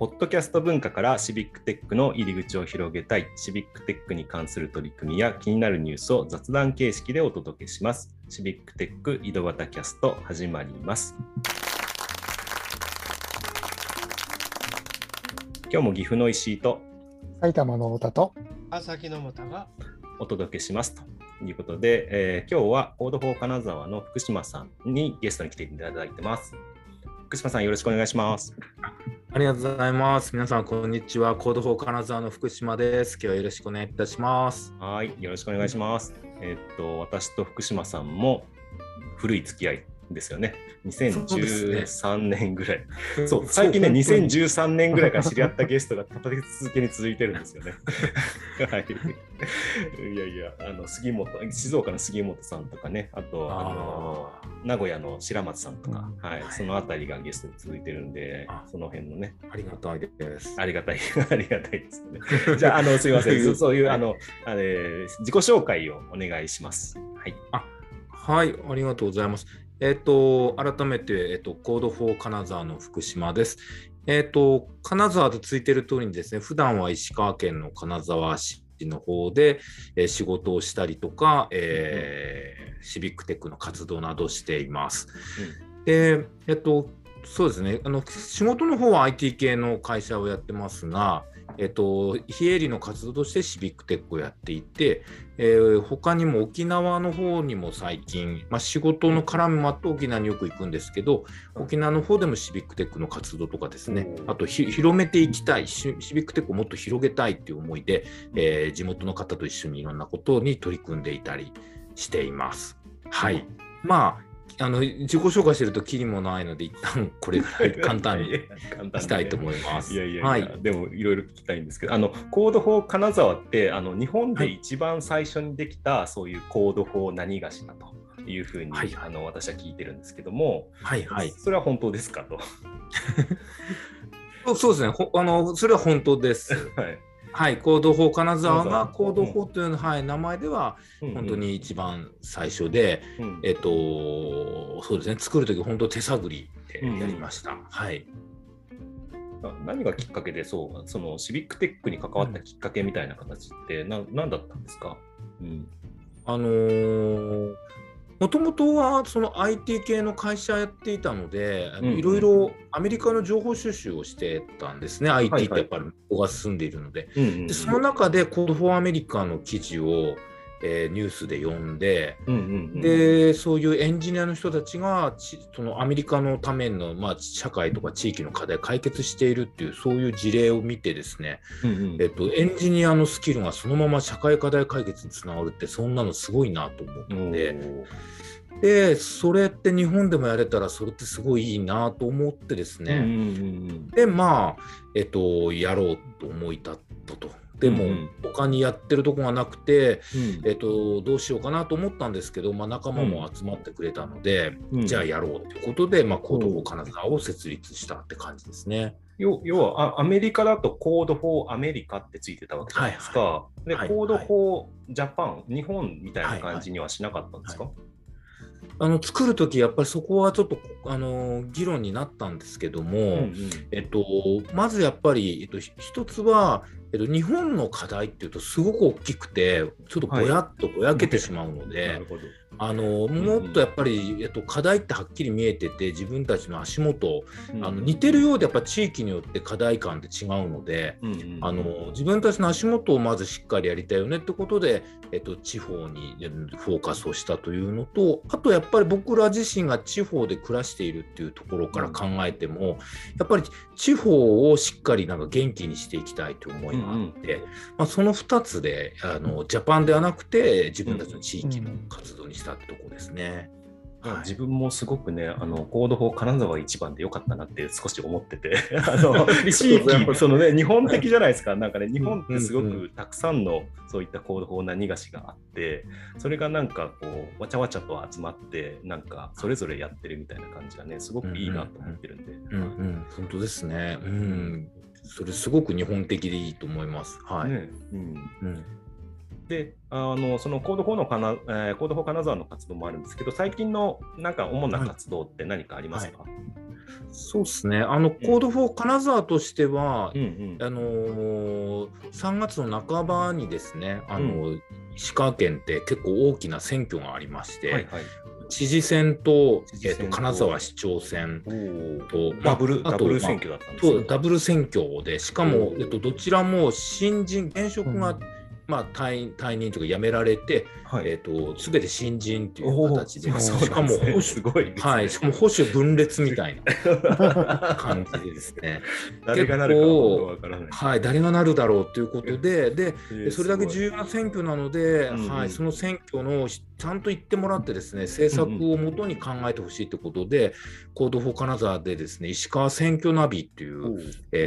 ポッドキャスト文化からシビックテックの入り口を広げたい、シビックテックに関する取り組みや気になるニュースを雑談形式でお届けします。シビックテック井戸端キャスト始まります。今日も岐阜の石井と埼玉の太田と朝日の又がお届けしますということで、今日はコードフォー金沢の福島さんにゲストに来ていただいてます。福島さん、よろしくお願いします。 ありがとうございます。皆さんこんにちは。コードフォー金沢の福島です。今日はよろしくお願いいたします。 はい、よろしくお願いします。私と福島さんも古い付き合いですよね。2013年ぐらい。そう、最近ね、2013年ぐらいから知り合ったゲストが立て続けに続いてるんですよね。はい。いやいや、静岡の杉本さんとかね、あと名古屋の白松さんとか、はい、そのあたりがゲストに続いてるんで、その辺のね。 ありがたいです。 ありがたいですよね。じゃあ、すいません。そういう、自己紹介をお願いします。はい。 はい、ありがとうございます。改めて、コードフォー金沢の福島です。金沢とついている通りにですね、普段は石川県の金沢市の方で、仕事をしたりとか、シビックテックの活動などしています。で、そうですね、仕事の方は IT 系の会社をやってますが、非営利の活動としてシビックテックをやっていて、他にも沖縄の方にも最近、仕事の絡みもあって沖縄によく行くんですけど、沖縄の方でもシビックテックの活動とかですね、あと広めていきたい、シビックテックをもっと広げたいっていう思いで、地元の方と一緒にいろんなことに取り組んでいたりしています。はい。自己紹介してるとキリもないので、一旦これぐらい簡単にしたいと思います。 はい、でもいろいろ聞きたいんですけど、コードフォー金沢って日本で一番最初にできた、そういうコードフォー何がしだというふうに、私は聞いてるんですけども、それは本当ですかと。 そうですね、それは本当です。はい、コードフォー金沢がコードフォーというの、名前では本当に一番最初で、そうですね、作るとき本当手探りでやりました。はい。 何がきっかけでそのシビックテックに関わったきっかけみたいな形って何だったんですか？ もともとはその IT 系の会社やっていたので、いろいろアメリカの情報収集をしてたんですね。IT ってやっぱり向こうが進んでいるので。でその中でコードフォーアメリカの記事を、ニュースで読んで、でそういうエンジニアの人たちがそのアメリカのための、社会とか地域の課題を解決しているっていうそういう事例を見てですね、エンジニアのスキルがそのまま社会課題解決につながるってそんなのすごいなと思って、でそれって日本でもやれたらそれってすごいいいなと思ってですね、でやろうと思い立ったと。でも他にやってるとこがなくて、どうしようかなと思ったんですけど、仲間も集まってくれたので、じゃあやろうということで、コードフォー金沢を設立したって感じですね。 要はアメリカだとコードフォーアメリカってついてたわけじゃないですか。でコードフォージャパン、日本みたいな感じにはしなかったんですか？ 作るときやっぱりそこはちょっと議論になったんですけども、まずやっぱり、一つは、日本の課題っていうとすごく大きくてちょっとぼやけてしまうので、もっとやっぱり、課題ってはっきり見えてて自分たちの足元、似てるようでやっぱ地域によって課題感って違うので、自分たちの足元をまずしっかりやりたいよねってことで、地方にフォーカスをしたというのと、あとやっぱり僕ら自身が地方で暮らしているっていうところから考えても、やっぱり地方をしっかり元気にしていきたいという思いがあって、その2つでジャパンではなくて自分たちの地域の活動にしたってとこですね。 自分もすごくね、コードフォー金沢一番でよかったなって少し思ってて地域、日本的じゃないですか。日本ってすごくたくさんのそういったコードフォー何がしがあって、それがわちゃわちゃと集まってそれぞれやってるみたいな感じがね、すごくいいなと思ってるんで。 本当ですね。それすごく日本的でいいと思います。 で、そのコードフォー金沢の活動もあるんですけど、最近の主な活動って何かありますか？ そうですね。コードフォー金沢としては、 うん 3月の半ばにですね、石川県って結構大きな選挙がありまして、 はいはい、 知事選と、 知事選と金沢市長選と、 ダブル選挙だったんですね。 そうダブル選挙で、しかも、どちらも新人、現職が、退任というか辞められて、 はい、 すべて新人という形で、しかもすごいですね。 はい、しかも保守分裂みたいな感じでですね。 誰がなるかわからない。 はい、誰がなるだろうということで、それだけ重要な選挙なので、はい、その選挙のちゃんと言ってもらってですね、政策をもとに考えてほしいということで、コードフォー金沢でですね、石川選挙ナビっていう、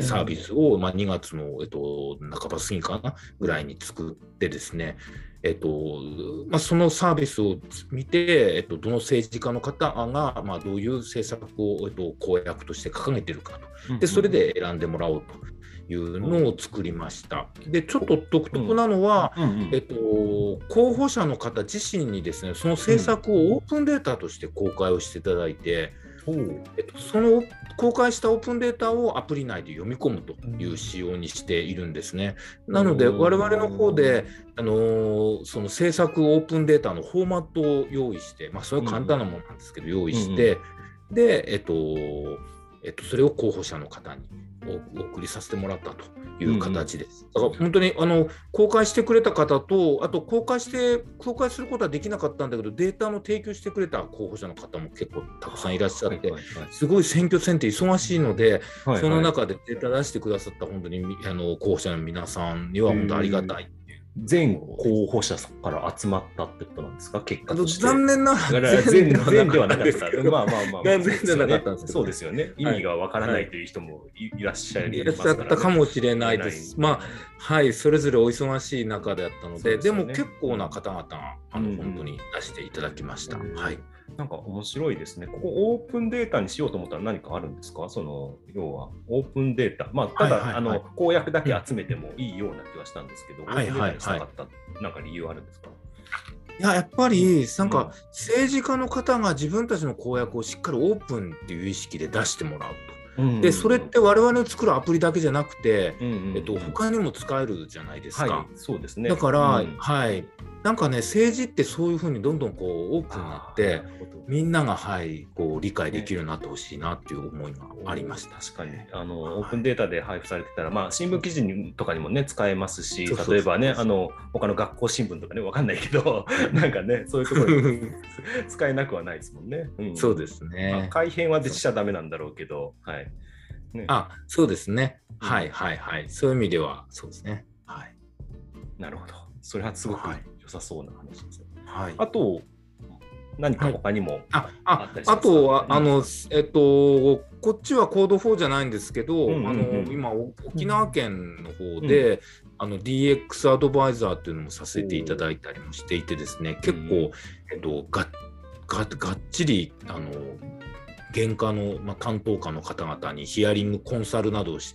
サービスを、2月の、半ば過ぎかなぐらいに作ってですね、そのサービスを見て、どの政治家の方が、どういう政策を、公約として掲げているかと、でそれで選んでもらおうというのを作りました。でちょっと独特なのは、候補者の方自身にですね、その政策をオープンデータとして公開をしていただいて、その公開したオープンデータをアプリ内で読み込むという仕様にしているんですね。なので我々の方でその政策オープンデータのフォーマットを用意して、それは簡単なものなんですけど用意して、で、それを候補者の方にお送りさせてもらったという形です。だから本当に公開してくれた方と、あと公開することはできなかったんだけど、データの提供してくれた候補者の方も結構たくさんいらっしゃって、すごい選挙戦って忙しいので、その中でデータ出してくださった本当に候補者の皆さんには本当ありがたい。 全候補者から集まったってことなんですか、結果として。 残念ながら全ではなかった。 全ではなかったんですけど、 そうですよね。意味がわからないという人もいらっしゃる、 いらっしゃったかもしれないです。はい、それぞれお忙しい中であったので、でも結構な方々が本当に出していただきました。はい。 なんか面白いですね。ここオープンデータにしようと思ったら何かあるんですか？要はオープンデータ。ただ、公約だけ集めてもいいような気はしたんですけど、オープンデータにしたかったなんか理由あるんですか？ いや、やっぱりなんか政治家の方が自分たちの公約をしっかりオープンっていう意識で出してもらうと。でそれって我々の作るアプリだけじゃなくて、他にも使えるじゃないですか。 そうですね。 だから、なんかね、政治ってそういうふうにどんどんオープンになって、みんなが、理解できるようになってほしいなっていう思いがありました。 確かにオープンデータで配布されてたら、新聞記事とかにもね使えますし、例えばね他の学校新聞とかね分かんないけどなんかねそういうところに使えなくはないですもんね。 そうですね。 改編はしちゃダメなんだろうけど、 そうですね。そういう意味ではそうですね。 なるほど。それはすごく良さそうな話ですね。 あと何か他にもあったりしますか？あとはこっちはコード4じゃないんですけど、今沖縄県の方で、DX アドバイザーっていうのもさせていただいたりもしていてですね、結構、がっちり現場の、担当官の方々にヒアリングコンサルなどをして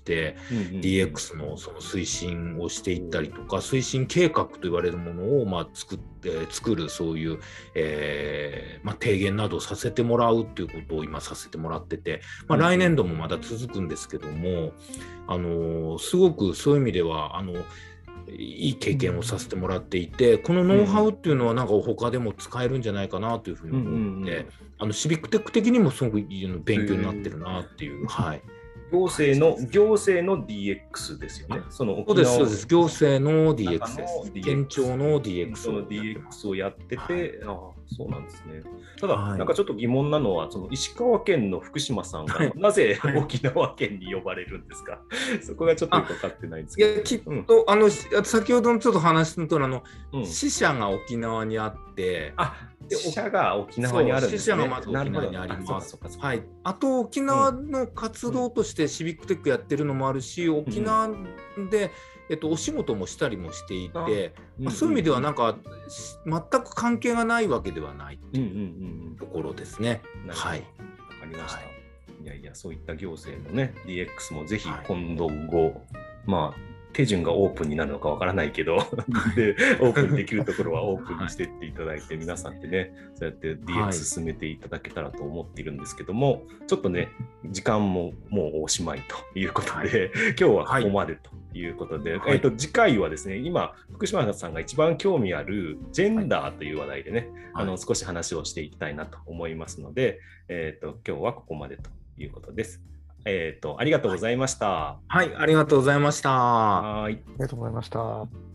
、DX のその推進をしていったりとか、推進計画と言われるものを作るそういう、提言などをさせてもらうということを今させてもらってて、来年度もまだ続くんですけども、すごくそういう意味ではいい経験をさせてもらっていて、このノウハウっていうのはなんか他でも使えるんじゃないかなというふうに思って、シビックテック的にもすごく勉強になってるなっていう。 行政の DX ですよね。 そうです。行政の DX です。県庁の DX をやってて、そうなんですね。ただ、なんかちょっと疑問なのは、石川県の福島さんがなぜ沖縄県に呼ばれるんですか？そこがちょっとよく分かってないんですけど。 いや、きっと、先ほどのちょっと話した通り、支社が沖縄にあって、 支社が沖縄にあるんですね。 支社がまず沖縄にあります。あと沖縄の活動としてシビックテックやってるのもあるし、沖縄で、お仕事もしたりもしていて、そういう意味ではなんか全く関係がないわけではないというところですね。 わかりました。いやそういった行政のね DX もぜひ今度手順がオープンになるのかわからないけどでオープンできるところはオープンにしていっていただいて、皆さんでねそうやって DX 進めていただけたらと思っているんですけども、ちょっとね時間ももうおしまいということで、今日はここまでということで、次回はですね、今福島さんが一番興味あるジェンダーという話題でね、少し話をしていきたいなと思いますので、今日はここまでということです。ありがとうございました。 はい、ありがとうございました。 はい。 ありがとうございました。